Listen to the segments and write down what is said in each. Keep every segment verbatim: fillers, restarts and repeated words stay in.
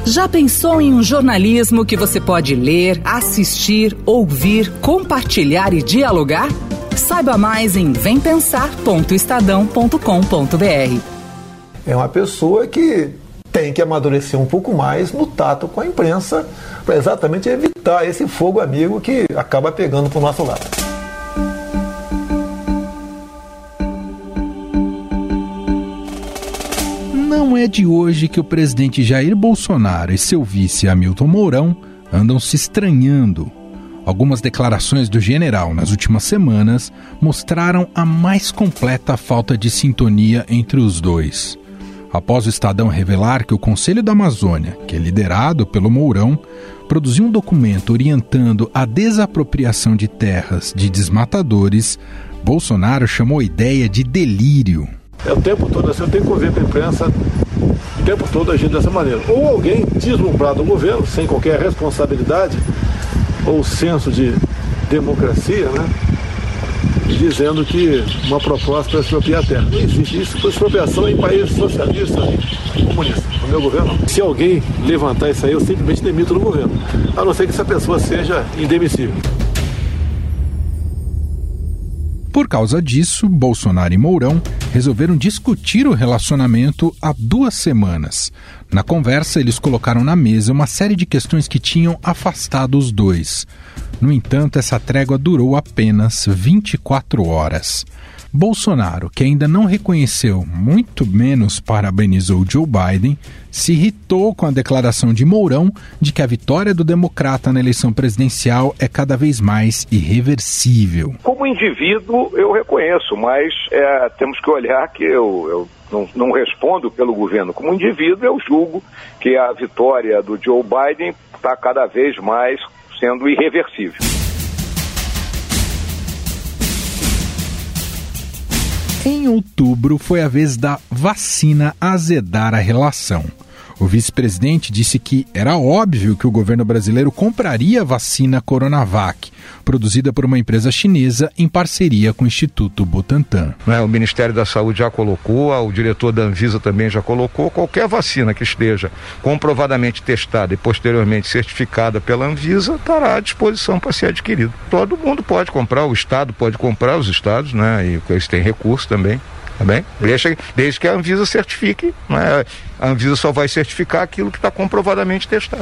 Já pensou em um jornalismo que você pode ler, assistir, ouvir, compartilhar e dialogar? Saiba mais em vem pensar ponto estadão ponto com ponto b r. É uma pessoa que tem que amadurecer um pouco mais no tato com a imprensa para exatamente evitar esse fogo amigo que acaba pegando para o nosso lado. Não é de hoje que o presidente Jair Bolsonaro e seu vice Hamilton Mourão andam se estranhando. Algumas declarações do general nas últimas semanas mostraram a mais completa falta de sintonia entre os dois. Após o Estadão revelar que o Conselho da Amazônia, que é liderado pelo Mourão, produziu um documento orientando a desapropriação de terras de desmatadores, Bolsonaro chamou a ideia de delírio. É o tempo todo assim, eu tenho que ouvir para a imprensa o tempo todo agindo dessa maneira. Ou alguém deslumbrado no governo, sem qualquer responsabilidade ou senso de democracia, né? Dizendo que uma proposta é expropriar a terra. Não existe isso. Expropriação em países socialistas e comunistas. No meu governo, não. Se alguém levantar isso aí, eu simplesmente demito do governo. A não ser que essa pessoa seja indemissível. Por causa disso, Bolsonaro e Mourão resolveram discutir o relacionamento há duas semanas. Na conversa, eles colocaram na mesa uma série de questões que tinham afastado os dois. No entanto, essa trégua durou apenas vinte e quatro horas. Bolsonaro, que ainda não reconheceu, muito menos parabenizou Joe Biden, se irritou com a declaração de Mourão de que a vitória do democrata na eleição presidencial é cada vez mais irreversível. Como indivíduo, eu reconheço, mas é, temos que olhar que eu, eu não, não respondo pelo governo. Como indivíduo, eu julgo que a vitória do Joe Biden está cada vez mais sendo irreversível. Em outubro, foi a vez da vacina azedar a relação. O vice-presidente disse que era óbvio que o governo brasileiro compraria a vacina Coronavac, produzida por uma empresa chinesa em parceria com o Instituto Butantan. O Ministério da Saúde já colocou, o diretor da Anvisa também já colocou, qualquer vacina que esteja comprovadamente testada e posteriormente certificada pela Anvisa estará à disposição para ser adquirido. Todo mundo pode comprar, o Estado pode comprar, os estados, né? E eles têm recurso também. Tá bem? Deixa, desde que a Anvisa certifique, né? A Anvisa só vai certificar aquilo que está comprovadamente testado.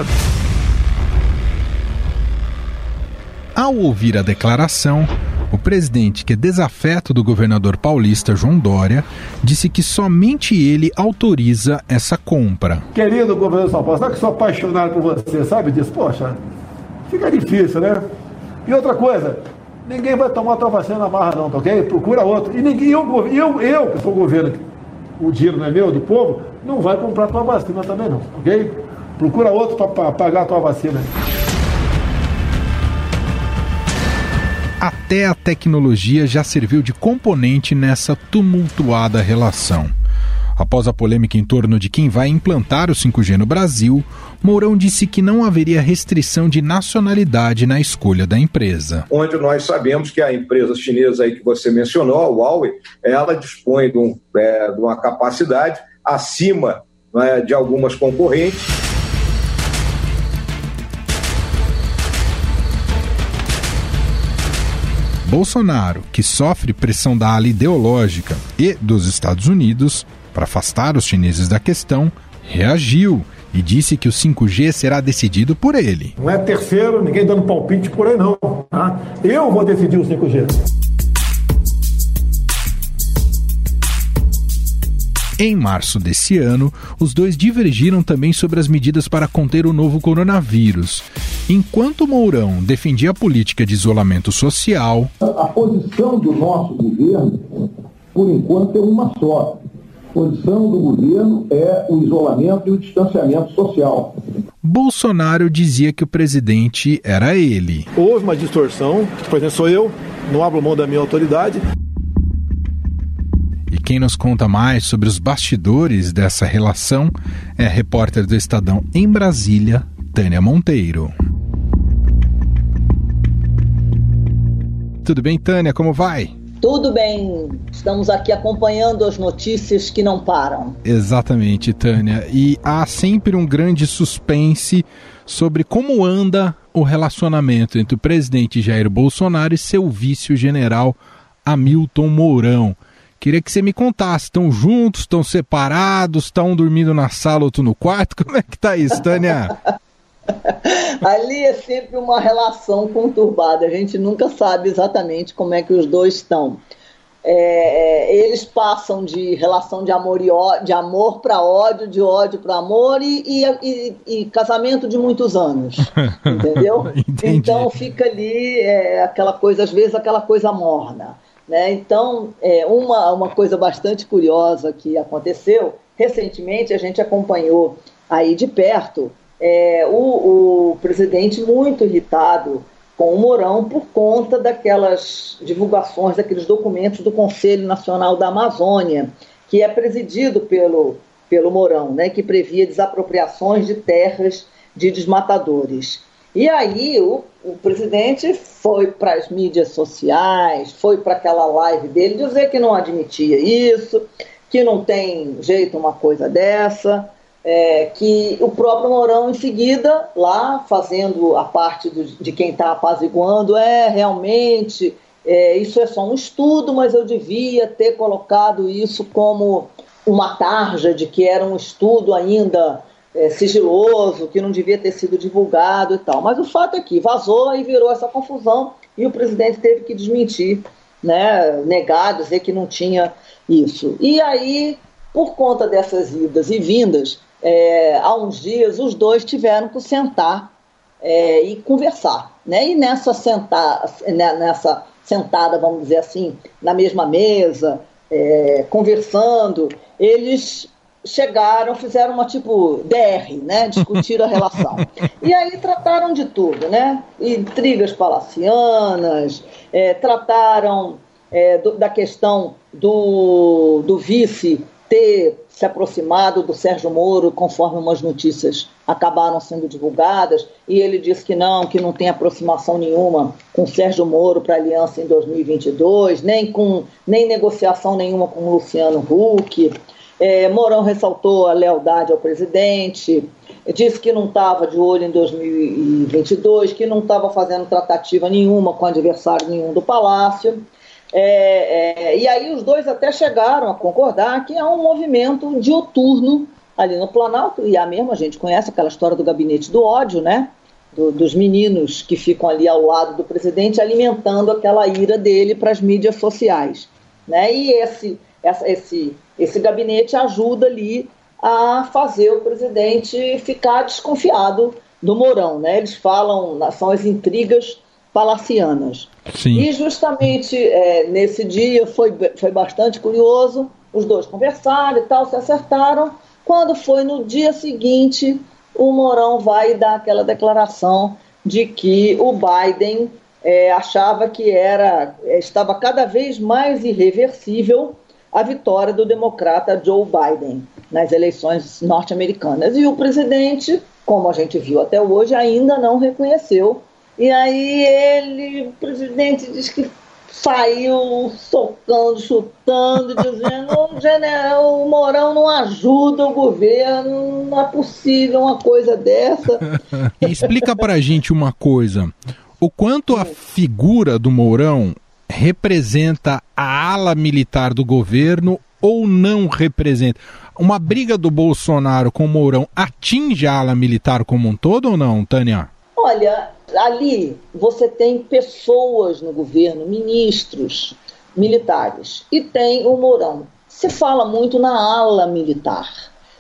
Ao ouvir a declaração, o presidente, que é desafeto do governador paulista João Dória, disse que somente ele autoriza essa compra. Querido governador de São Paulo, sabe que sou apaixonado por você, sabe disso? Poxa, fica difícil, né? E outra coisa, ninguém vai tomar tua vacina na marra não, tá ok? Procura outro. E ninguém, eu, eu, eu que sou governo, o dinheiro não é meu, do povo, não vai comprar tua vacina também não, ok? Procura outro para pagar a tua vacina. Até a tecnologia já serviu de componente nessa tumultuada relação. Após a polêmica em torno de quem vai implantar o cinco G no Brasil, Mourão disse que não haveria restrição de nacionalidade na escolha da empresa. Onde nós sabemos que a empresa chinesa aí que você mencionou, a Huawei, ela dispõe de, um, é, de uma capacidade acima, né, de algumas concorrentes. Bolsonaro, que sofre pressão da ala ideológica e dos Estados Unidos para afastar os chineses da questão, reagiu e disse que o cinco G será decidido por ele. Não é terceiro, ninguém dando palpite por aí não. Tá? Eu vou decidir o cinco G. Em março desse ano, os dois divergiram também sobre as medidas para conter o novo coronavírus. Enquanto Mourão defendia a política de isolamento social, a posição do nosso governo, por enquanto, é uma só. A posição do governo é o isolamento e o distanciamento social. Bolsonaro dizia que o presidente era ele. Houve uma distorção, por exemplo, sou eu, não abro mão da minha autoridade. E quem nos conta mais sobre os bastidores dessa relação é a repórter do Estadão em Brasília, Tânia Monteiro. Tudo bem, Tânia? Como vai? Tudo bem, estamos aqui acompanhando as notícias que não param. Exatamente, Tânia. E há sempre um grande suspense sobre como anda o relacionamento entre o presidente Jair Bolsonaro e seu vice, o general Hamilton Mourão. Queria que você me contasse, estão juntos, estão separados, estão dormindo na sala, outro no quarto? Como é que tá isso, Tânia? Ali é sempre uma relação conturbada, a gente nunca sabe exatamente como é que os dois estão. É, eles passam de relação de amor e ó, de amor para ódio, de ódio para amor e, e, e, e casamento de muitos anos, entendeu? Então fica ali é, aquela coisa, às vezes aquela coisa morna, né? Então, é, uma, uma coisa bastante curiosa que aconteceu, recentemente a gente acompanhou aí de perto É, o, o presidente muito irritado com o Mourão por conta daquelas divulgações, daqueles documentos do Conselho Nacional da Amazônia, que é presidido pelo, pelo Mourão, né, que previa desapropriações de terras de desmatadores. E aí o, o presidente foi para as mídias sociais, foi para aquela live dele dizer que não admitia isso, que não tem jeito uma coisa dessa. É, que o próprio Mourão, em seguida, lá fazendo a parte do, de quem está apaziguando, é realmente, é, isso é só um estudo, mas eu devia ter colocado isso como uma tarja de que era um estudo ainda é, sigiloso, que não devia ter sido divulgado e tal. Mas o fato é que vazou e virou essa confusão e o presidente teve que desmentir, né, negar, dizer que não tinha isso. E aí, por conta dessas idas e vindas, É, há uns dias os dois tiveram que sentar é, e conversar, né? E nessa, senta, nessa sentada, vamos dizer assim, na mesma mesa, é, conversando, eles chegaram, fizeram uma tipo D R, né? Discutiram a relação. E aí trataram de tudo, né? Intrigas palacianas, é, trataram é, do, da questão do, do vice ter se aproximado do Sérgio Moro, conforme umas notícias acabaram sendo divulgadas, e ele disse que não, que não tem aproximação nenhuma com o Sérgio Moro para a aliança em dois mil e vinte e dois, nem, com, nem negociação nenhuma com o Luciano Huck. É, Mourão ressaltou a lealdade ao presidente, disse que não estava de olho em dois mil e vinte e dois, que não estava fazendo tratativa nenhuma com adversário nenhum do Palácio. É, é, e aí os dois até chegaram a concordar que há um movimento diuturno ali no Planalto, e a mesma, a gente conhece aquela história do gabinete do ódio, né? Do, dos meninos que ficam ali ao lado do presidente alimentando aquela ira dele para as mídias sociais, né? E esse, essa, esse, esse gabinete ajuda ali a fazer o presidente ficar desconfiado do Mourão, né? Eles falam, são as intrigas palacianas. Sim. E justamente é, nesse dia foi, foi bastante curioso, os dois conversaram e tal, se acertaram. Quando foi no dia seguinte, o Mourão vai dar aquela declaração de que o Biden é, achava que era, estava cada vez mais irreversível a vitória do democrata Joe Biden nas eleições norte-americanas. E o presidente, como a gente viu até hoje, ainda não reconheceu. E aí ele, o presidente, diz que saiu socando, chutando, dizendo o general o Mourão não ajuda o governo, não é possível uma coisa dessa. Explica pra gente uma coisa, o quanto a figura do Mourão representa a ala militar do governo ou não representa? Uma briga do Bolsonaro com o Mourão atinge a ala militar como um todo ou não, Tânia? Olha, ali você tem pessoas no governo, ministros militares, e tem o Mourão. Se fala muito na ala militar.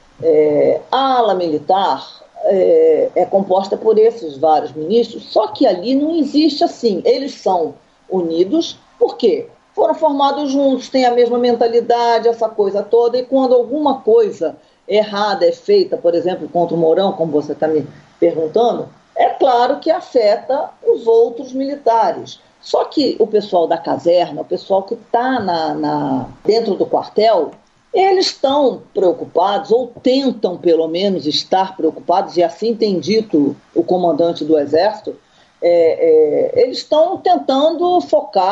É, a ala militar é, é composta por esses vários ministros, só que ali não existe assim. Eles são unidos, por quê? Foram formados juntos, têm a mesma mentalidade, essa coisa toda, e quando alguma coisa errada é feita, por exemplo, contra o Mourão, como você está me perguntando, é claro que afeta os outros militares. Só que o pessoal da caserna, o pessoal que está na, na, dentro do quartel, eles estão preocupados, ou tentam pelo menos estar preocupados, e assim tem dito o comandante do Exército, é, é, eles estão tentando focar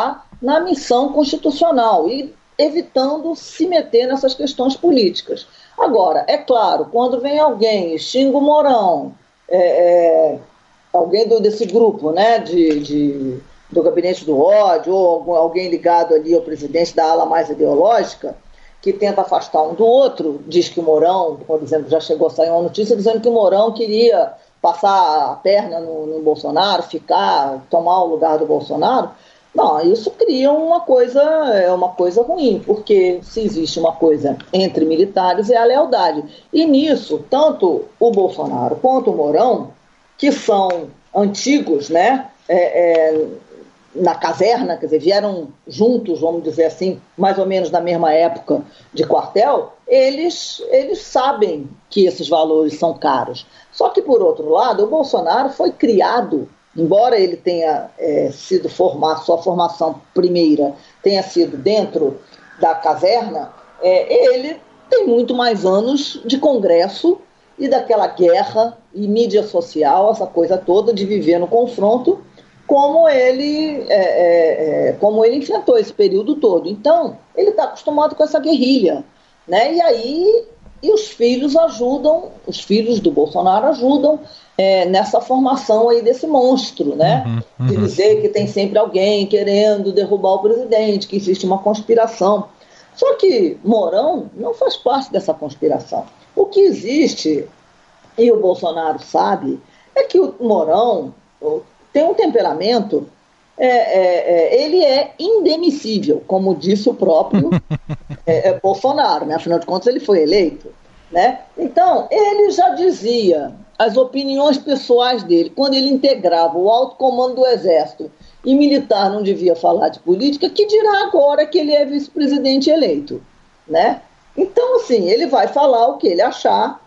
na missão constitucional e evitando se meter nessas questões políticas. Agora, é claro, quando vem alguém, xinga o Mourão, é, é, alguém do, desse grupo, né, de, de, do gabinete do ódio, ou algum, alguém ligado ali ao presidente da ala mais ideológica, que tenta afastar um do outro, diz que o Mourão, por exemplo, já chegou a sair uma notícia dizendo que o Mourão queria passar a perna no, no Bolsonaro, ficar, tomar o lugar do Bolsonaro. Não, isso cria uma coisa, é uma coisa ruim, porque se existe uma coisa entre militares é a lealdade. E nisso, tanto o Bolsonaro quanto o Mourão, que são antigos, né, é, é, na caserna, quer dizer, vieram juntos, vamos dizer assim, mais ou menos na mesma época de quartel, eles, eles sabem que esses valores são caros. Só que, por outro lado, o Bolsonaro foi criado, embora ele tenha é, sido formado, sua formação primeira tenha sido dentro da caserna, é, ele tem muito mais anos de Congresso e daquela guerra e mídia social, essa coisa toda de viver no confronto, como ele, é, é, como ele enfrentou esse período todo. Então, ele está acostumado com essa guerrilha, né? E aí, e os filhos ajudam, os filhos do Bolsonaro ajudam é, nessa formação aí desse monstro, né? Uhum, uhum. De dizer que tem sempre alguém querendo derrubar o presidente, que existe uma conspiração. Só que Mourão não faz parte dessa conspiração. O que existe, e o Bolsonaro sabe, é que o Mourão tem um temperamento, é, é, é, ele é indemissível, como disse o próprio é, é, Bolsonaro, né? Afinal de contas ele foi eleito, né? Então, ele já dizia as opiniões pessoais dele, quando ele integrava o alto comando do Exército e militar não devia falar de política, que dirá agora que ele é vice-presidente eleito, né? Então, assim, ele vai falar o que ele achar,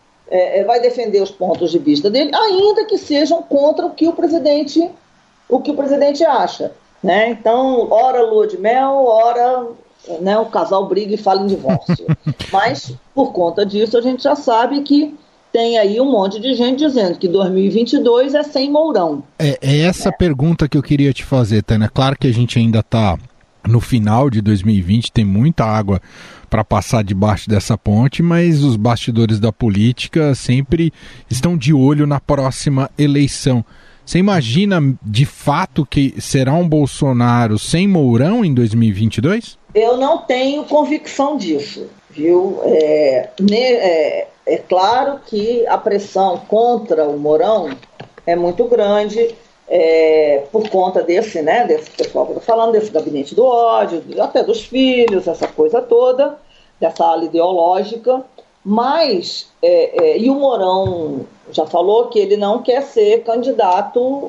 É, vai defender os pontos de vista dele, ainda que sejam contra o que o presidente, o que o presidente acha, né? Então, ora lua de mel, ora, né, o casal briga e fala em divórcio. Mas, por conta disso, a gente já sabe que tem aí um monte de gente dizendo que dois mil e vinte e dois é sem Mourão. É, é essa é. pergunta que eu queria te fazer, Tânia. Claro que a gente ainda está no final de dois mil e vinte, tem muita água para passar debaixo dessa ponte, mas os bastidores da política sempre estão de olho na próxima eleição. Você imagina de fato que será um Bolsonaro sem Mourão em dois mil e vinte e dois? Eu não tenho convicção disso, viu? É, é, é claro que a pressão contra o Mourão é muito grande, É, por conta desse, né, desse pessoal que eu estou falando, desse gabinete do ódio, até dos filhos, essa coisa toda, dessa ala ideológica, mas, é, é, e o Mourão já falou que ele não quer ser candidato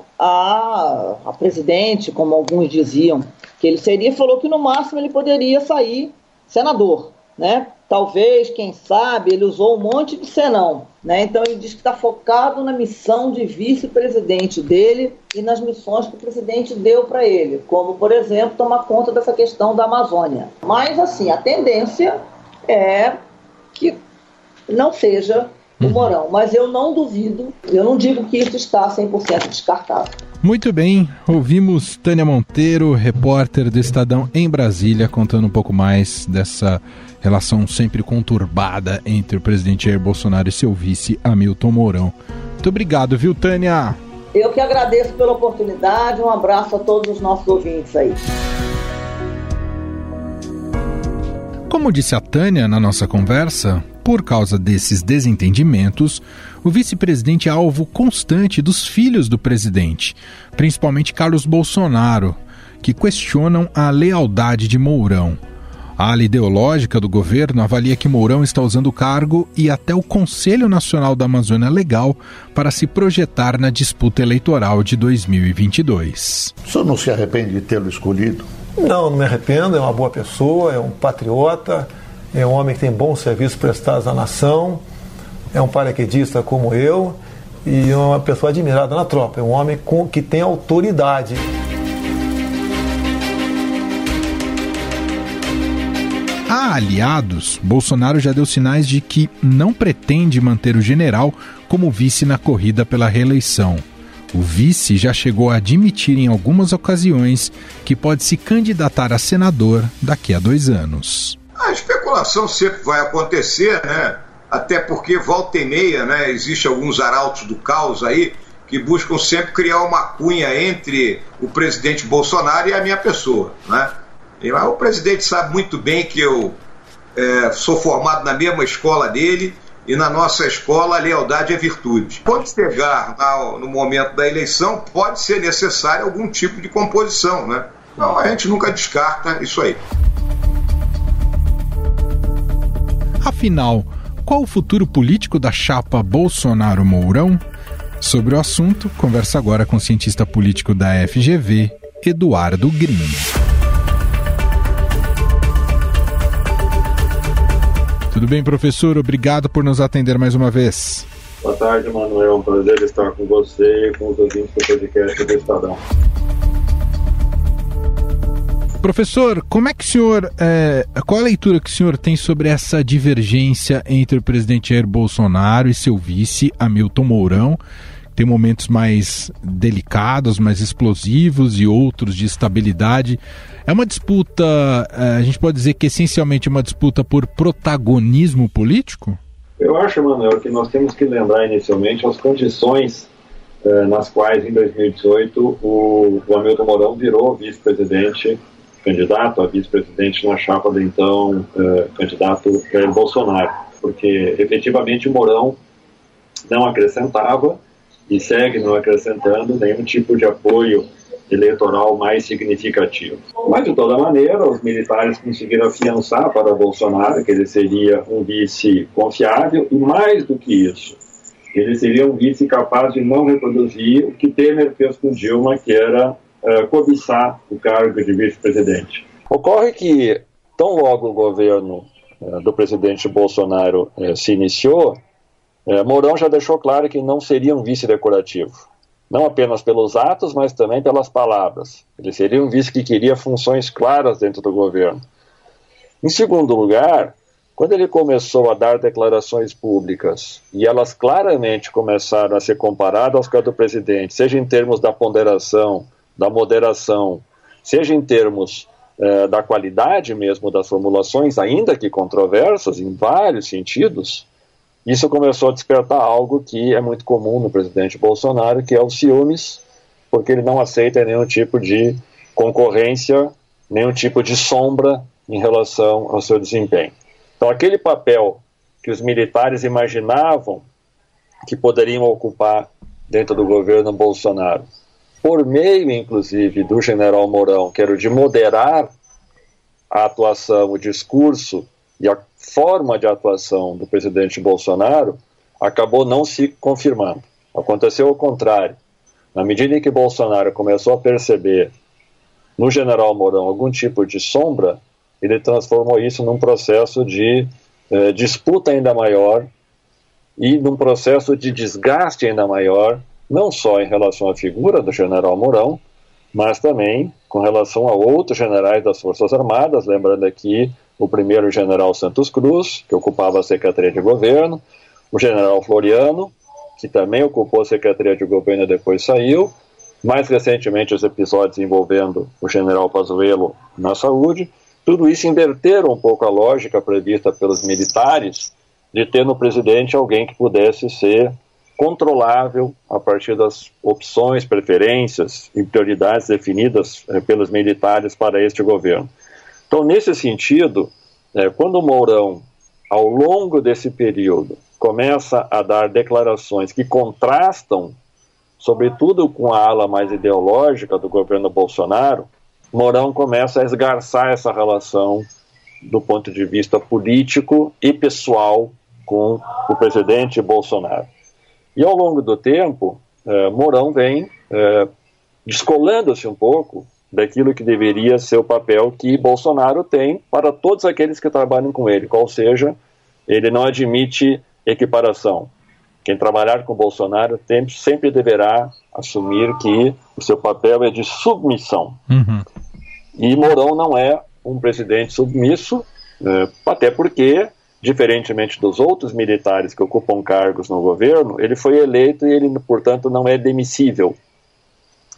a, a presidente, como alguns diziam, que ele seria, falou que no máximo ele poderia sair senador, né? Talvez, quem sabe, ele usou um monte de senão, né? Então ele diz que está focado na missão de vice-presidente dele e nas missões que o presidente deu para ele, como, por exemplo, tomar conta dessa questão da Amazônia. Mas, assim, a tendência é que não seja o Mourão, mas eu não duvido, eu não digo que isso está cem por cento descartado. Muito bem, ouvimos Tânia Monteiro, repórter do Estadão em Brasília, contando um pouco mais dessa relação sempre conturbada entre o presidente Jair Bolsonaro e seu vice Hamilton Mourão. Muito obrigado, viu, Tânia? Eu que agradeço pela oportunidade, um abraço a todos os nossos ouvintes aí. Como disse a Tânia na nossa conversa, por causa desses desentendimentos, o vice-presidente é alvo constante dos filhos do presidente, principalmente Carlos Bolsonaro, que questionam a lealdade de Mourão. A ala ideológica do governo avalia que Mourão está usando o cargo e até o Conselho Nacional da Amazônia Legal para se projetar na disputa eleitoral de dois mil e vinte e dois. O senhor não se arrepende de tê-lo escolhido? Não, não me arrependo, é uma boa pessoa, é um patriota, é um homem que tem bons serviços prestados à nação, é um paraquedista como eu e é uma pessoa admirada na tropa, é um homem com, que tem autoridade. A aliados, Bolsonaro já deu sinais de que não pretende manter o general como vice na corrida pela reeleição. O vice já chegou a admitir em algumas ocasiões que pode se candidatar a senador daqui a dois anos. A especulação sempre vai acontecer, né? Até porque volta e meia, né? Existem alguns arautos do caos aí que buscam sempre criar uma cunha entre o presidente Bolsonaro e a minha pessoa, né? E, mas o presidente sabe muito bem que eu é, sou formado na mesma escola dele, e na nossa escola a lealdade é virtude. Quando chegar ao, no momento da eleição, pode ser necessário algum tipo de composição, né? Então a gente nunca descarta isso aí. Afinal, qual o futuro político da chapa Bolsonaro-Mourão? Sobre o assunto, conversa agora com o cientista político da F G V, Eduardo Green. Tudo bem, professor? Obrigado por nos atender mais uma vez. Boa tarde, Manuel. É um prazer estar com você e com os ouvintes do podcast do Estadão. Professor, como é que o senhor, é, qual a leitura que o senhor tem sobre essa divergência entre o presidente Jair Bolsonaro e seu vice, Hamilton Mourão? Tem momentos mais delicados, mais explosivos e outros de estabilidade. É uma disputa, a gente pode dizer que essencialmente é uma disputa por protagonismo político? Eu acho, Manuel, que nós temos que lembrar inicialmente as condições eh, nas quais em dois mil e dezoito o, o Hamilton Mourão virou vice-presidente, candidato a vice-presidente na chapa do então eh, candidato Jair Bolsonaro. Porque efetivamente o Mourão não acrescentava e segue não acrescentando nenhum tipo de apoio eleitoral mais significativo. Mas, de toda maneira, os militares conseguiram afiançar para Bolsonaro que ele seria um vice confiável e, mais do que isso, ele seria um vice capaz de não reproduzir o que Temer fez com Dilma, que era uh, cobiçar o cargo de vice-presidente. Ocorre que, tão logo o governo uh, do presidente Bolsonaro uh, se iniciou, uh, Mourão já deixou claro que não seria um vice decorativo. Não apenas pelos atos, mas também pelas palavras. Ele seria um vice que queria funções claras dentro do governo. Em segundo lugar, quando ele começou a dar declarações públicas, e elas claramente começaram a ser comparadas com a do presidente, seja em termos da ponderação, da moderação, seja em termos eh, da qualidade mesmo das formulações, ainda que controversas, em vários sentidos, isso começou a despertar algo que é muito comum no presidente Bolsonaro, que é os ciúmes, porque ele não aceita nenhum tipo de concorrência, nenhum tipo de sombra em relação ao seu desempenho. Então, aquele papel que os militares imaginavam que poderiam ocupar dentro do governo Bolsonaro, por meio, inclusive, do general Mourão, que era o de moderar a atuação, o discurso e a forma de atuação do presidente Bolsonaro, acabou não se confirmando. Aconteceu o contrário. Na medida em que Bolsonaro começou a perceber no general Mourão algum tipo de sombra, ele transformou isso num processo de eh, disputa ainda maior e num processo de desgaste ainda maior, não só em relação à figura do general Mourão, mas também com relação a outros generais das Forças Armadas, lembrando aqui o primeiro general Santos Cruz, que ocupava a Secretaria de Governo, o general Floriano, que também ocupou a Secretaria de Governo e depois saiu, mais recentemente os episódios envolvendo o general Pazuello na saúde. Tudo isso inverteram um pouco a lógica prevista pelos militares de ter no presidente alguém que pudesse ser controlável a partir das opções, preferências e prioridades definidas eh, pelos militares para este governo. Então, nesse sentido, eh, quando o Mourão, ao longo desse período, começa a dar declarações que contrastam, sobretudo com a ala mais ideológica do governo Bolsonaro, Mourão começa a esgarçar essa relação do ponto de vista político e pessoal com o presidente Bolsonaro. E ao longo do tempo, eh, Mourão vem eh, descolando-se um pouco daquilo que deveria ser o papel que Bolsonaro tem para todos aqueles que trabalham com ele, qual seja, ele não admite equiparação. Quem trabalhar com Bolsonaro tem, sempre deverá assumir que o seu papel é de submissão. Uhum. E Mourão não é um presidente submisso, é, até porque, diferentemente dos outros militares que ocupam cargos no governo, ele foi eleito e ele, portanto, não é demissível.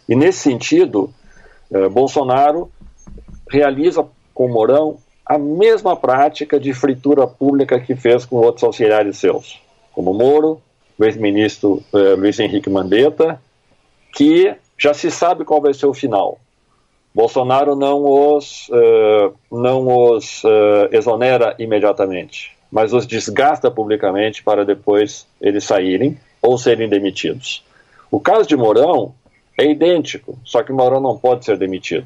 E nesse sentido, eh, Bolsonaro realiza com Mourão a mesma prática de fritura pública que fez com outros auxiliares seus, como Moro, o ex-ministro eh, Luiz Henrique Mandetta, que já se sabe qual vai ser o final. Bolsonaro não os, uh, não os uh, exonera imediatamente, mas os desgasta publicamente para depois eles saírem ou serem demitidos. O caso de Mourão é idêntico, só que Mourão não pode ser demitido.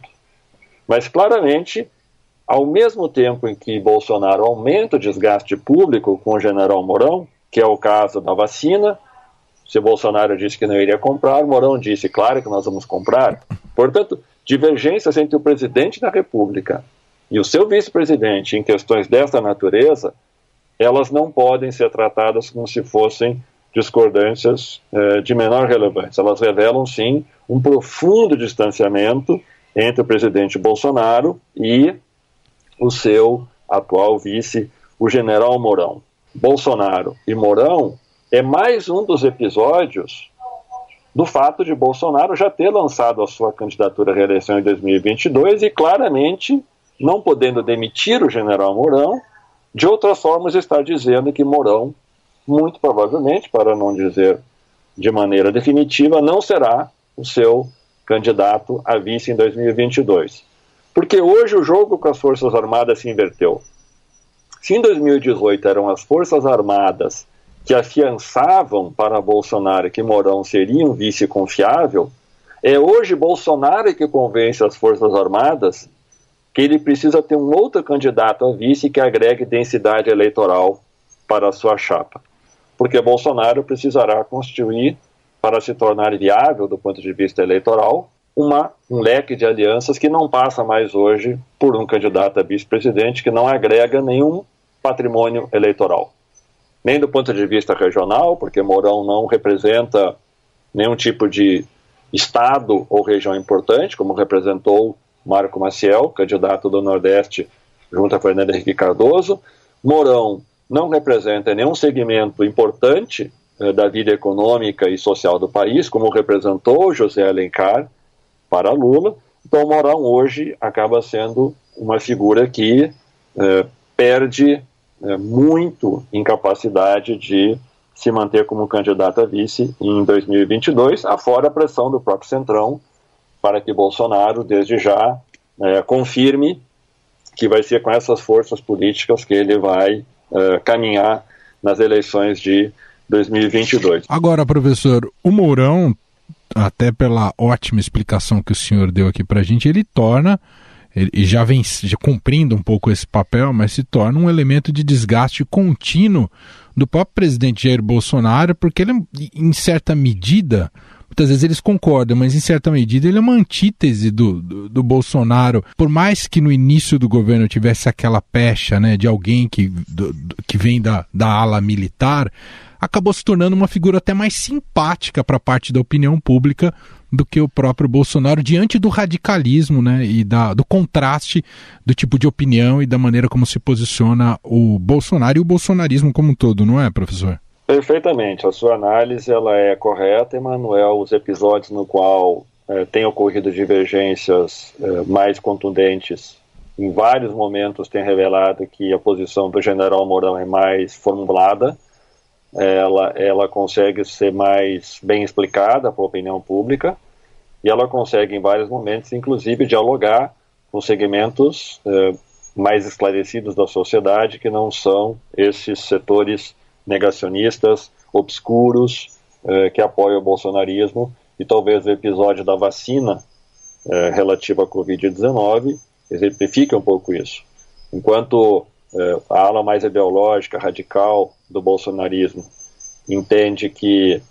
Mas claramente, ao mesmo tempo em que Bolsonaro aumenta o desgaste público com o general Mourão, que é o caso da vacina, se Bolsonaro disse que não iria comprar, Mourão disse, claro que nós vamos comprar. Portanto, divergências entre o presidente da República e o seu vice-presidente em questões desta natureza, elas não podem ser tratadas como se fossem discordâncias eh, de menor relevância. Elas revelam, sim, um profundo distanciamento entre o presidente Bolsonaro e o seu atual vice, o general Mourão. Bolsonaro e Mourão é mais um dos episódios do fato de Bolsonaro já ter lançado a sua candidatura à reeleição em dois mil e vinte e dois e claramente, não podendo demitir o general Mourão, de outras formas está dizendo que Mourão, muito provavelmente, para não dizer de maneira definitiva, não será o seu candidato a vice em dois mil e vinte e dois. Porque hoje o jogo com as Forças Armadas se inverteu. Se em dois mil e dezoito eram as Forças Armadas que afiançavam para Bolsonaro que Mourão seria um vice confiável, é hoje Bolsonaro que convence as Forças Armadas que ele precisa ter um outro candidato a vice que agregue densidade eleitoral para a sua chapa. Porque Bolsonaro precisará constituir, para se tornar viável do ponto de vista eleitoral, uma, um leque de alianças que não passa mais hoje por um candidato a vice-presidente que não agrega nenhum patrimônio eleitoral. Nem do ponto de vista regional, porque Mourão não representa nenhum tipo de estado ou região importante, como representou Marco Maciel, candidato do Nordeste junto a Fernando Henrique Cardoso. Mourão não representa nenhum segmento importante eh, da vida econômica e social do país, como representou José Alencar para Lula. Então Mourão hoje acaba sendo uma figura que eh, perde É, muito incapacidade de se manter como candidato a vice em dois mil e vinte e dois, afora a pressão do próprio Centrão para que Bolsonaro, desde já, é, confirme que vai ser com essas forças políticas que ele vai é, caminhar nas eleições de dois mil e vinte e dois. Agora, professor, o Mourão, até pela ótima explicação que o senhor deu aqui para a gente, ele torna... e já vem já cumprindo um pouco esse papel, mas se torna um elemento de desgaste contínuo do próprio presidente Jair Bolsonaro, porque ele, em certa medida, muitas vezes eles concordam, mas em certa medida ele é uma antítese do, do, do Bolsonaro. Por mais que no início do governo tivesse aquela pecha, né, de alguém que, do, do, que vem da, da ala militar, acabou se tornando uma figura até mais simpática para parte da opinião pública do que o próprio Bolsonaro, diante do radicalismo, né, e da, do contraste do tipo de opinião e da maneira como se posiciona o Bolsonaro e o bolsonarismo como um todo, não é, professor? Perfeitamente, a sua análise ela é correta, Emanuel. Os episódios no qual eh, tem ocorrido divergências eh, mais contundentes, em vários momentos tem revelado que a posição do general Mourão é mais formulada, Ela, ela consegue ser mais bem explicada para a opinião pública e ela consegue em vários momentos inclusive dialogar com segmentos eh, mais esclarecidos da sociedade que não são esses setores negacionistas, obscuros, eh, que apoiam o bolsonarismo. E talvez o episódio da vacina eh, relativa à covid dezenove exemplifique um pouco isso. Enquanto a ala mais ideológica, radical do bolsonarismo entende que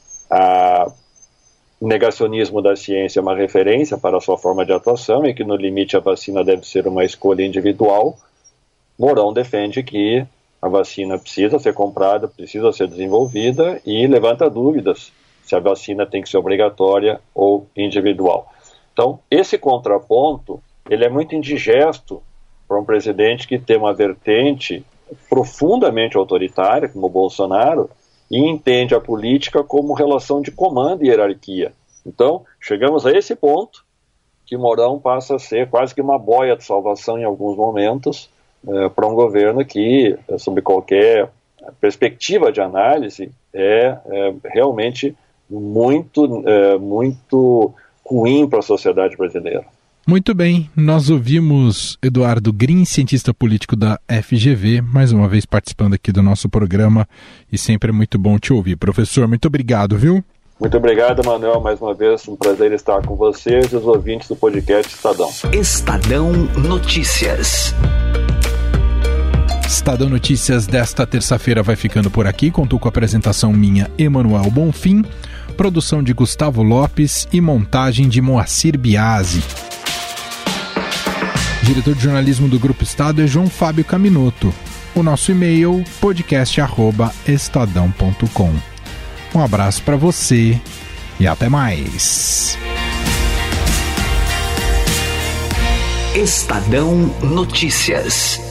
o negacionismo da ciência é uma referência para a sua forma de atuação e que no limite a vacina deve ser uma escolha individual, Mourão defende que a vacina precisa ser comprada, precisa ser desenvolvida e levanta dúvidas se a vacina tem que ser obrigatória ou individual. Então, esse contraponto ele é muito indigesto para um presidente que tem uma vertente profundamente autoritária, como o Bolsonaro, e entende a política como relação de comando e hierarquia. Então, chegamos a esse ponto que Mourão passa a ser quase que uma boia de salvação em alguns momentos é, para um governo que, sob qualquer perspectiva de análise, é, é realmente muito, é, muito ruim para a sociedade brasileira. Muito bem, nós ouvimos Eduardo Green, cientista político da F G V, mais uma vez participando aqui do nosso programa, e sempre é muito bom te ouvir. Professor, muito obrigado, viu? Muito obrigado, Manuel, mais uma vez, um prazer estar com vocês e os ouvintes do podcast Estadão. Estadão Notícias. Estadão Notícias desta terça-feira vai ficando por aqui. Contou com a apresentação minha, Emanuel Bonfim, produção de Gustavo Lopes e montagem de Moacir Biasi. Diretor de jornalismo do Grupo Estado é João Fábio Caminoto. O nosso e-mail, podcast arroba estadão ponto com. Um abraço para você e até mais. Estadão Notícias.